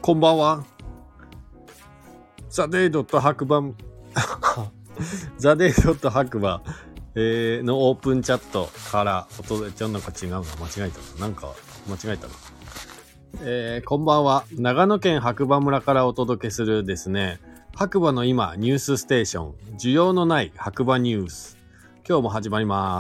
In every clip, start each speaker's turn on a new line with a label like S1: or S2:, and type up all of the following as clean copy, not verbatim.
S1: こんばんは。ザ・デイドット白馬ザ・デイドット白馬、のオープンチャットからちょっとなんか違うな。間違えたな。こんばんは。長野県白馬村からお届けするですね、白馬の今ニュースステーション、需要のない白馬ニュース。今日も始まります。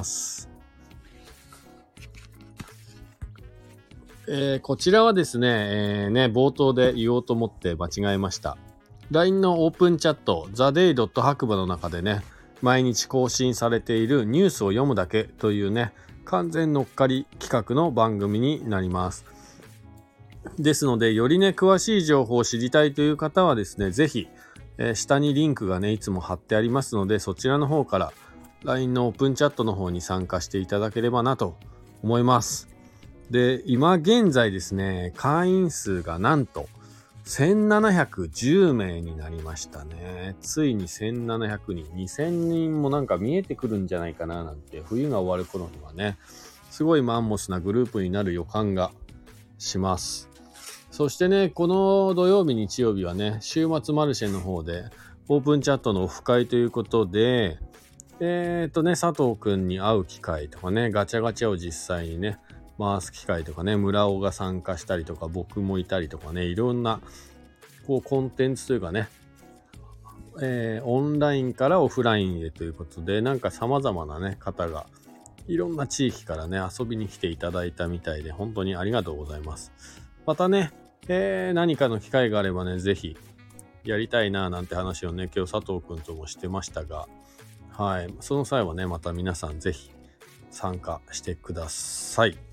S1: こちらはですね、冒頭で言おうと思って間違えました。LINE のオープンチャット、TheDay. 白馬の中でね、毎日更新されているニュースを読むだけというね、完全乗っかり企画の番組になります。ですので、よりね、詳しい情報を知りたいという方はですね、ぜひ、下にリンクがね、いつも貼ってありますので、そちらの方から LINE のオープンチャットの方に参加していただければなと思います。で、今現在ですね、会員数がなんと1710名になりましたね。ついに1700人、2000人もなんか見えてくるんじゃないかななんて、冬が終わる頃にはね、すごいマンモスなグループになる予感がします。そしてね、この土曜日、日曜日はね、週末マルシェの方でオープンチャットのオフ会ということで、佐藤くんに会う機会とかね、ガチャガチャを実際にね、回す機会とかね、村尾が参加したりとか、僕もいたりとかね、いろんなこうコンテンツというかね、オンラインからオフラインへということで、なんか様々なね、方がいろんな地域からね、遊びに来ていただいたみたいで、本当にありがとうございます。またね、何かの機会があればね、ぜひやりたいななんて話をね、今日佐藤くんともしてましたが、はい、その際はね、また皆さんぜひ参加してください。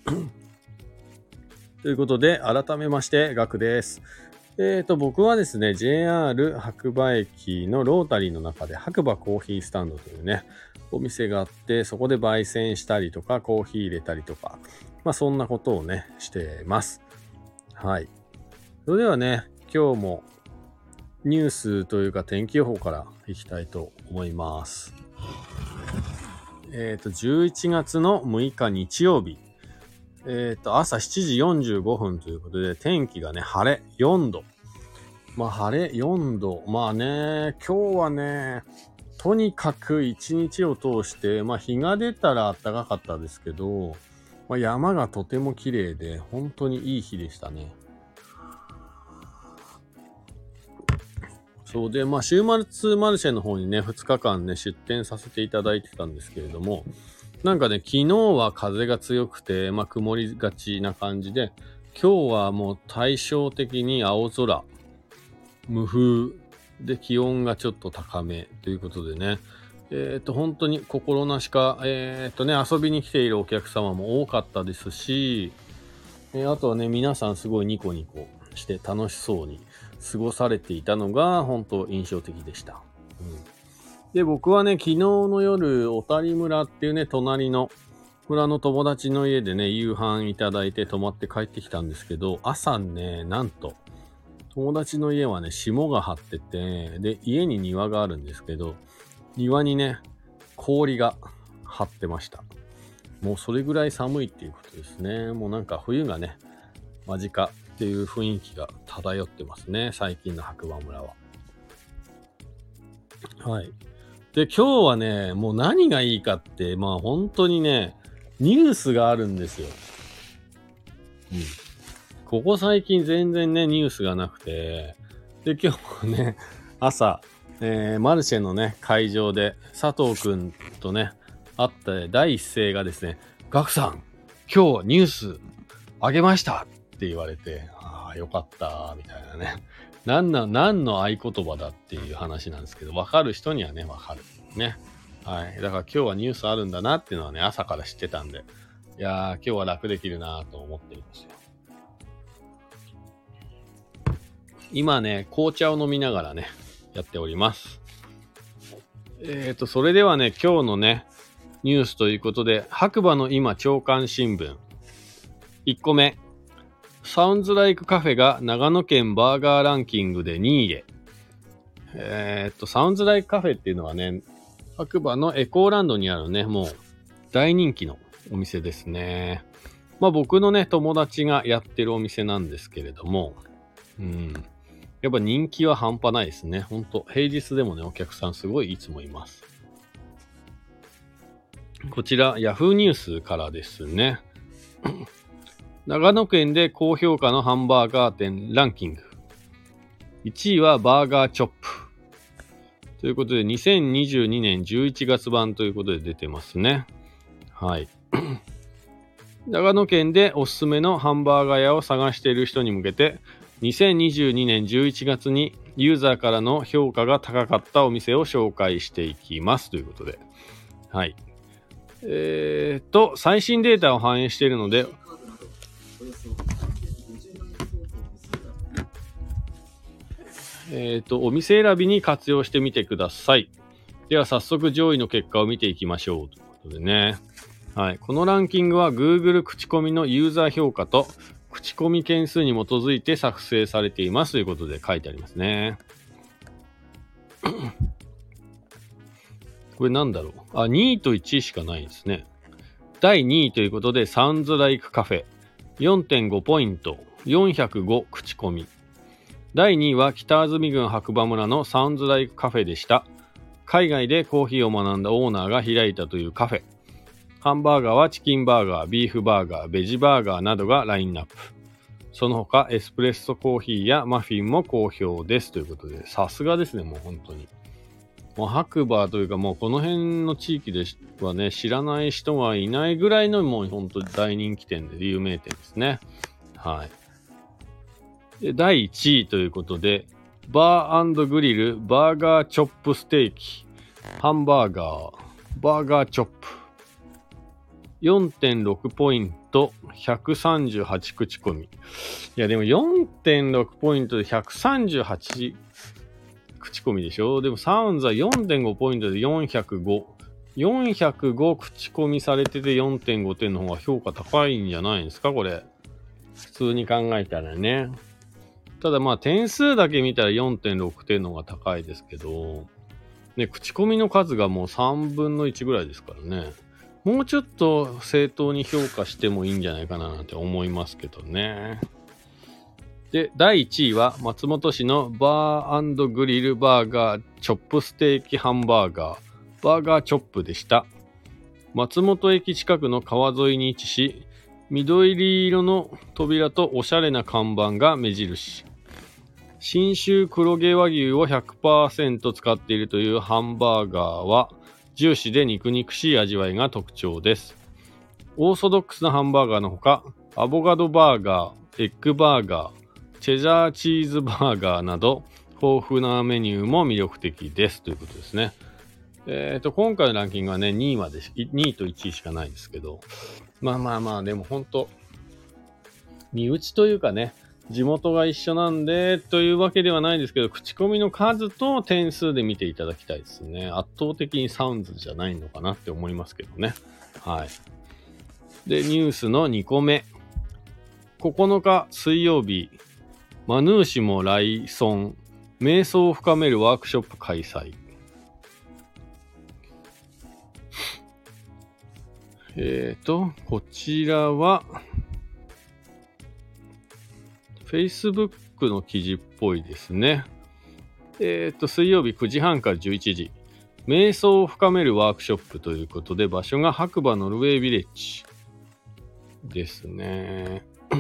S1: ということで、改めまして、ガクです。僕はですね、JR 白馬駅のロータリーの中で白馬コーヒースタンドというね、お店があって、そこで焙煎したりとか、コーヒー入れたりとか、そんなことをね、してます。はい。それではね、今日もニュースというか天気予報からいきたいと思います。11月の6日日曜日。朝7時45分ということで、天気がね、晴れ4度。晴れ4度。今日はね、とにかく一日を通して、日が出たら暖かかったですけど、山がとても綺麗で、本当にいい日でしたね。そうで、週末マルシェの方にね、2日間ね、出店させていただいてたんですけれども、なんかね、昨日は風が強くて、曇りがちな感じで、今日はもう対照的に青空、無風で気温がちょっと高めということでね、本当に心なしか、遊びに来ているお客様も多かったですし、あとはね、皆さんすごいニコニコして楽しそうに過ごされていたのが本当印象的でした。で、僕はね、昨日の夜、小谷村っていうね、隣の村の友達の家でね、夕飯いただいて泊まって帰ってきたんですけど、朝ね、なんと、友達の家はね、霜が張ってて、で、家に庭があるんですけど、庭にね、氷が張ってました。もうそれぐらい寒いっていうことですね。もうなんか冬がね、間近っていう雰囲気が漂ってますね。最近の白馬村は。はい。で、今日はね、もう何がいいかって、本当にね、ニュースがあるんですよ。ここ最近全然ね、ニュースがなくて、で、今日ね、朝、マルシェのね、会場で佐藤くんとね、会った第一声がですね、ガクさん、今日ニュースあげましたって言われて、よかった、みたいなね。何の合言葉だっていう話なんですけど、わかる人にはね、わかる。ね。はい。だから今日はニュースあるんだなっていうのはね、朝から知ってたんで、いやー、今日は楽できるなと思ってるんですよ。今ね、紅茶を飲みながらね、やっております。それではね、今日のね、ニュースということで、白馬の今朝刊新聞。1個目。サウンズライクカフェが長野県バーガーランキングで2位へ。サウンズライクカフェっていうのはね、白馬のエコーランドにあるね、もう大人気のお店ですね。僕のね、友達がやってるお店なんですけれども、 やっぱ人気は半端ないですね。ほんと、平日でもね、お客さんすごいいつもいます。こちら、Yahoo ニュースからですね。長野県で高評価のハンバーガー店ランキング。1位はバーガーチョップ。ということで、2022年11月版ということで出てますね。はい。長野県でおすすめのハンバーガー屋を探している人に向けて、2022年11月にユーザーからの評価が高かったお店を紹介していきますということで。はい。最新データを反映しているので、お店選びに活用してみてください。では早速上位の結果を見ていきましょうということでね。はい。このランキングは Google 口コミのユーザー評価と口コミ件数に基づいて作成されていますということで書いてありますね。これなんだろう。2位と1位しかないですね。第2位ということで Sounds Like Cafe。4.5 ポイント。405口コミ。第2位は北安住郡白馬村の Sounds Like Cafe でした。海外でコーヒーを学んだオーナーが開いたというカフェ。ハンバーガーはチキンバーガー、ビーフバーガー、ベジバーガーなどがラインナップ。その他エスプレッソコーヒーやマフィンも好評ですということで、さすがですね、もう本当に。もう白馬というかもうこの辺の地域ではね、知らない人はいないぐらいのもう本当に大人気店で有名店ですね。はい。で第1位ということで、バー&グリルバーガーチョップステーキハンバーガーバーガーチョップ 4.6 ポイント138口コミ。いやでも 4.6 ポイントで138口コミでしょ。でもサウンズは 4.5 ポイントで405口コミされてて 4.5 点の方が評価高いんじゃないんですかこれ。普通に考えたらね。ただまあ点数だけ見たら 4.6 点の方が高いですけど、ね、口コミの数がもう3分の1ぐらいですからね。もうちょっと正当に評価してもいいんじゃないかななんて思いますけどね。で、第1位は松本市のバー&グリルバーガーチョップステーキハンバーガーバーガーチョップでした。松本駅近くの川沿いに位置し、緑色の扉とおしゃれな看板が目印。信州黒毛和牛を 100% 使っているというハンバーガーはジューシーで肉々しい味わいが特徴です。オーソドックスなハンバーガーのほか、アボカドバーガー、エッグバーガー、チェダーチーズバーガーなど豊富なメニューも魅力的ですということですね。今回のランキングはね、2位と1位しかないですけど、まあでも本当身内というかね、地元が一緒なんでというわけではないですけど、口コミの数と点数で見ていただきたいですね。圧倒的にサウンズじゃないのかなって思いますけどね。はい。で、ニュースの2個目。9日水曜日、マヌーシも来村、瞑想を深めるワークショップ開催。こちらは、Facebook の記事っぽいですね。水曜日9時半から11時。瞑想を深めるワークショップということで、場所が白馬ノルウェービレッジですね。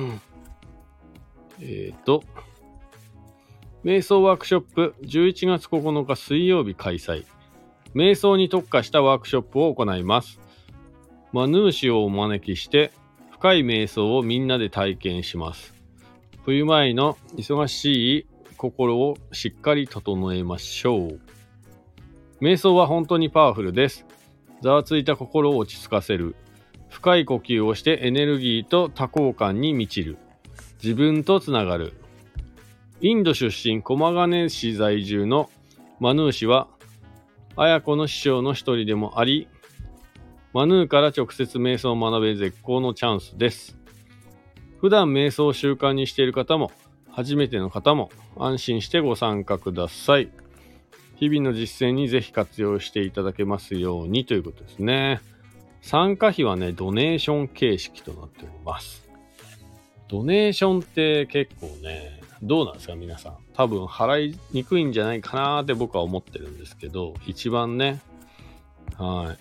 S1: 瞑想ワークショップ11月9日水曜日開催。瞑想に特化したワークショップを行います。マヌーシをお招きして深い瞑想をみんなで体験します。冬前の忙しい心をしっかり整えましょう。瞑想は本当にパワフルです。ざわついた心を落ち着かせる。深い呼吸をしてエネルギーと多幸感に満ちる。自分とつながる。インド出身駒ヶ根市在住のマヌー氏は綾子の師匠の一人でもあり、マヌーから直接瞑想を学べる絶好のチャンスです。普段瞑想を習慣にしている方も初めての方も安心してご参加ください。日々の実践にぜひ活用していただけますようにということですね。参加費はね、ドネーション形式となっております。ドネーションって結構ね、 どうなんですか皆さん。多分払いにくいんじゃないかなって僕は思ってるんですけど、一番ね、はい。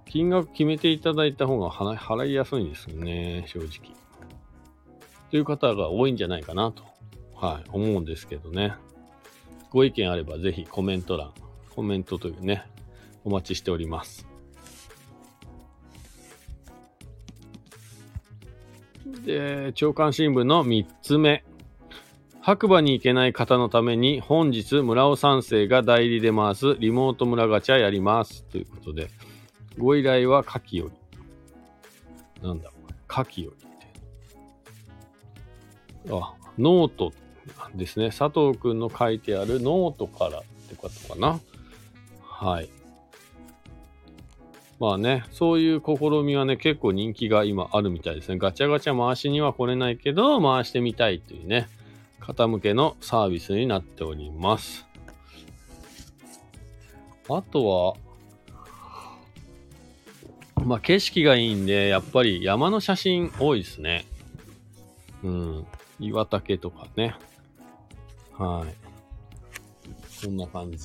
S1: 金額決めていただいた方が払いやすいんですよね、正直。という方が多いんじゃないかなと、はい、思うんですけどね。ご意見あればぜひコメントというね、お待ちしております。で、朝刊新聞の3つ目。白馬に行けない方のために本日村尾三世が代理で回すリモート村ガチャやりますということで、ご依頼は下記より。なんだ下記よりって。ノートですね。佐藤くんの書いてあるノートからってことかな。はい。まあね、そういう試みはね、結構人気が今あるみたいですね。ガチャガチャ回しには来れないけど、回してみたいというね、方向けのサービスになっております。あとは、まあ景色がいいんで、やっぱり山の写真多いですね。岩岳とかね。はい。こんな感じ。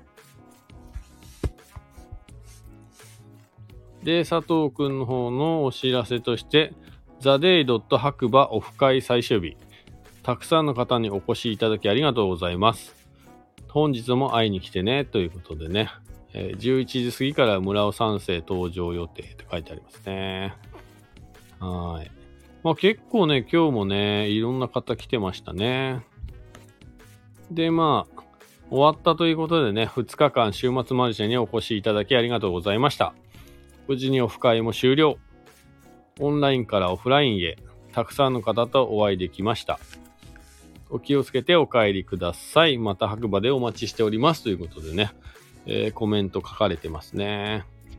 S1: で、佐藤くんの方のお知らせとして、TheDay. 白馬オフ会最終日。たくさんの方にお越しいただきありがとうございます。本日も会いに来てね、ということでね。11時過ぎから村尾三世登場予定って書いてありますね。はい。まあ結構ね、今日もね、いろんな方来てましたね。で、まあ、終わったということでね、2日間週末マルシェにお越しいただきありがとうございました。無事にオフ会も終了。オンラインからオフラインへ、たくさんの方とお会いできました。お気をつけてお帰りください。また白馬でお待ちしておりますということでね、コメント書かれてますね。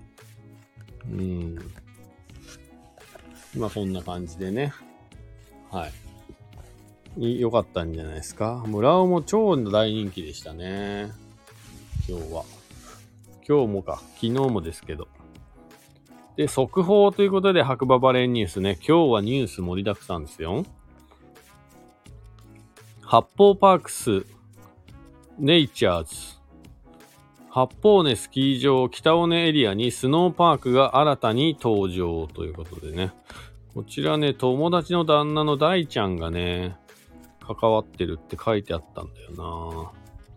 S1: まあこんな感じでね。はい。良かったんじゃないですか。村尾も超大人気でしたね。今日は。今日もか。昨日もですけど。で、速報ということで白馬バレーニュースね。今日はニュース盛りだくさんですよ。八方パークスネイチャーズ。八方根スキー場北尾根エリアにスノーパークが新たに登場ということでね。こちらね、友達の旦那の大ちゃんがね、関わってるって書いてあったんだよ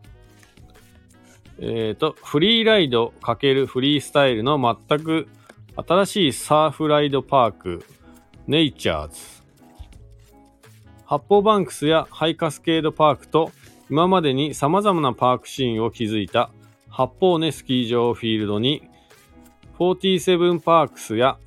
S1: な。フリーライド×フリースタイルの全く新しいサーフライドパーク、ネイチャーズ。八方バンクスやハイカスケードパークと今までに様々なパークシーンを築いた八方根スキー場フィールドに47パークスや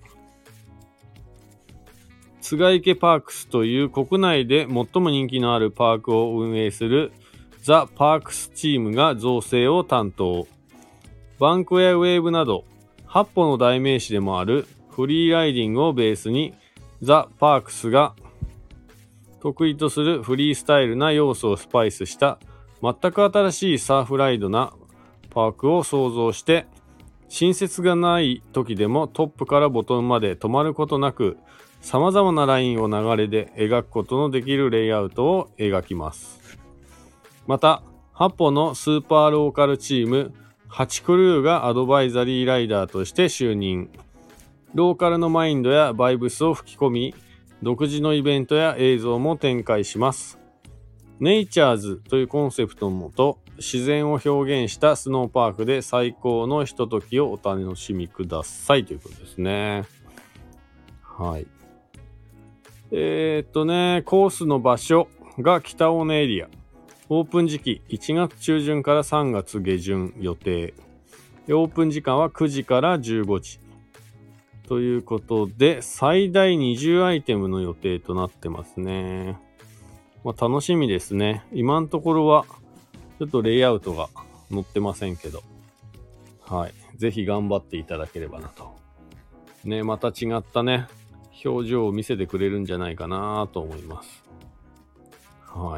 S1: 津賀池パークスという国内で最も人気のあるパークを運営するザ・パークスチームが造成を担当。バンクやウェーブなど8歩の代名詞でもあるフリーライディングをベースにザ・パークスが得意とするフリースタイルな要素をスパイスした全く新しいサーフライドなパークを創造して新設がない時でもトップからボトムまで止まることなく様々なラインを流れで描くことのできるレイアウトを描きます。また、8歩のスーパーローカルチーム8クルーがアドバイザリーライダーとして就任。ローカルのマインドやバイブスを吹き込み、独自のイベントや映像も展開します。ネイチャーズというコンセプトのもと、自然を表現したスノーパークで最高のひとときをお楽しみくださいということですね。はい。コースの場所が北尾根エリア。オープン時期1月中旬から3月下旬予定。オープン時間は9時から15時。ということで、最大20アイテムの予定となってますね。まあ、楽しみですね。今のところは、ちょっとレイアウトが載ってませんけど。はい。ぜひ頑張っていただければなと。ね、また違ったね、表情を見せてくれるんじゃないかなと思います。はい。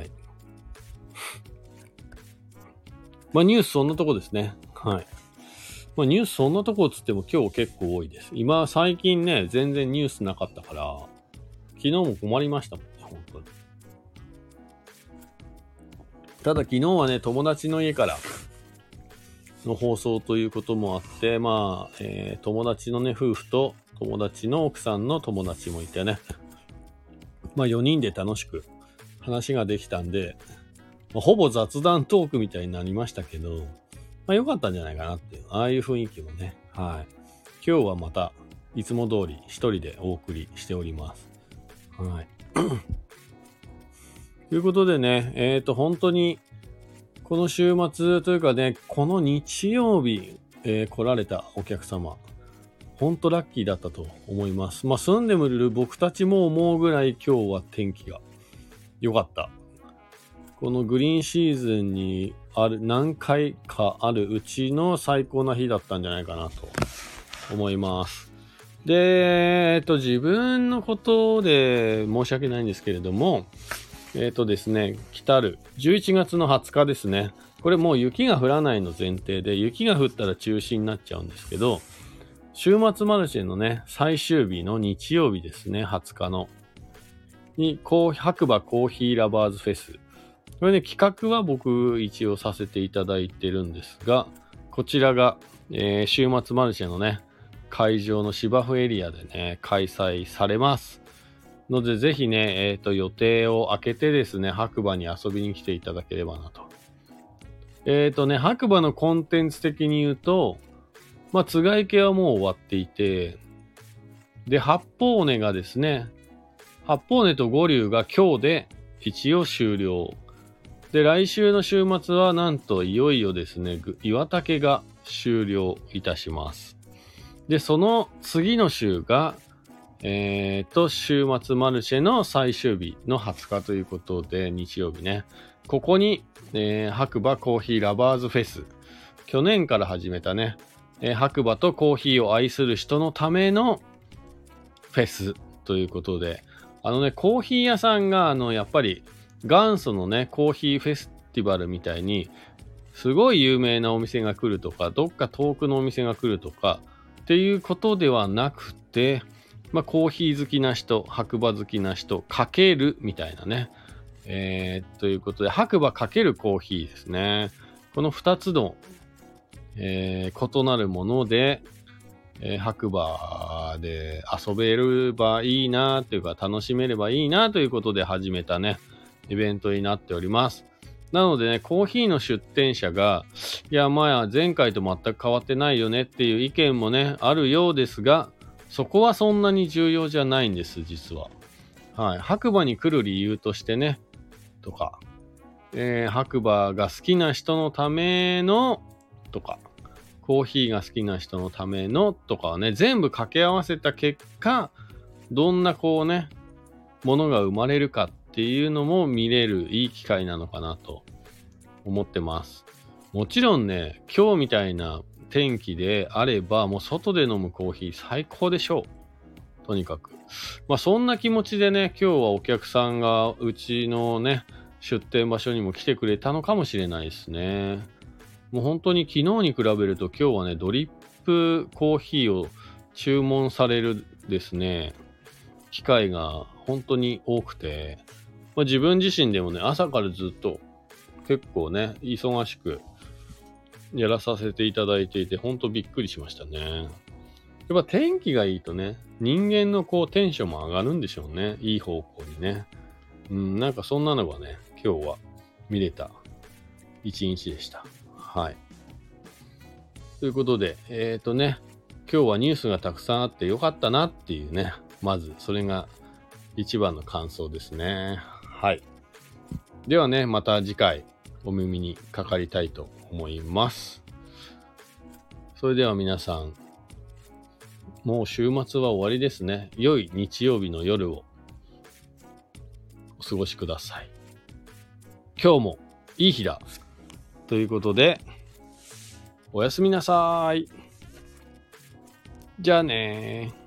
S1: まあニュースそんなとこですね。はい。まあニュースそんなとこつっても今日結構多いです。今最近ね、全然ニュースなかったから、昨日も困りましたもんね、本当に。 ただ昨日はね、友達の家からの放送ということもあって、友達のね、夫婦と友達の奥さんの友達もいてね、4人で楽しく話ができたんで、ほぼ雑談トークみたいになりましたけど、良かったんじゃないかなっていう、ああいう雰囲気もね、はい。今日はまた、いつも通り一人でお送りしております。はい。ということでね、本当に、この週末というかね、この日曜日、来られたお客様、本当ラッキーだったと思います。住んでみる僕たちも思うぐらい今日は天気が良かった。このグリーンシーズンに何回かあるうちの最高な日だったんじゃないかなと思います。で、自分のことで申し訳ないんですけれども、ですね、来たる11月の20日ですね。これもう雪が降らないの前提で、雪が降ったら中止になっちゃうんですけど、週末マルシェのね、最終日の日曜日ですね、20日の。に、白馬コーヒーラバーズフェス。これね、企画は僕一応させていただいてるんですが、こちらが、週末マルシェのね、会場の芝生エリアでね、開催されます。ので、ぜひね、予定を空けてですね、白馬に遊びに来ていただければなと。白馬のコンテンツ的に言うと、津軽池はもう終わっていて、で、八方根がですね、八方根と五竜が今日で一応終了。で、来週の週末はなんといよいよですね、岩岳が終了いたします。で、その次の週が、週末マルシェの最終日の20日ということで、日曜日ね。ここに、白馬コーヒーラバーズフェス。去年から始めたね、白馬とコーヒーを愛する人のためのフェスということで、コーヒー屋さんが、やっぱり元祖のね、コーヒーフェスティバルみたいに、すごい有名なお店が来るとか、どっか遠くのお店が来るとか、っていうことではなくて、コーヒー好きな人、白馬好きな人、かけるみたいなね。ということで、白馬かけるコーヒーですね。この2つの、異なるもので、白馬で遊べればいいなというか、楽しめればいいなということで始めたね、イベントになっております。なのでね、コーヒーの出店者が、いや、前回と全く変わってないよねっていう意見もね、あるようですが、そこはそんなに重要じゃないんです、実は。はい。白馬に来る理由としてね、とか、白馬が好きな人のための、とか、コーヒーが好きな人のための、とかはね、全部掛け合わせた結果、どんなものが生まれるかっていうのも見れるいい機会なのかなと思ってます。もちろんね、今日みたいな天気であれば、もう外で飲むコーヒー最高でしょう。とにかく。そんな気持ちでね、今日はお客さんがうちのね、出店場所にも来てくれたのかもしれないですね。もう本当に昨日に比べると今日はね、ドリップコーヒーを注文されるですね、機会が本当に多くて、自分自身でもね、朝からずっと結構ね、忙しくやらさせていただいていて、ほんとびっくりしましたね。やっぱ天気がいいとね、人間のテンションも上がるんでしょうね。いい方向にね。なんかそんなのがね、今日は見れた一日でした。はい。ということで、今日はニュースがたくさんあってよかったなっていうね、まずそれが一番の感想ですね。はい。ではね、また次回お耳にかかりたいと思います。それでは皆さん、もう週末は終わりですね。良い日曜日の夜をお過ごしください。今日もいい日だ。ということで、おやすみなさい。じゃあねー。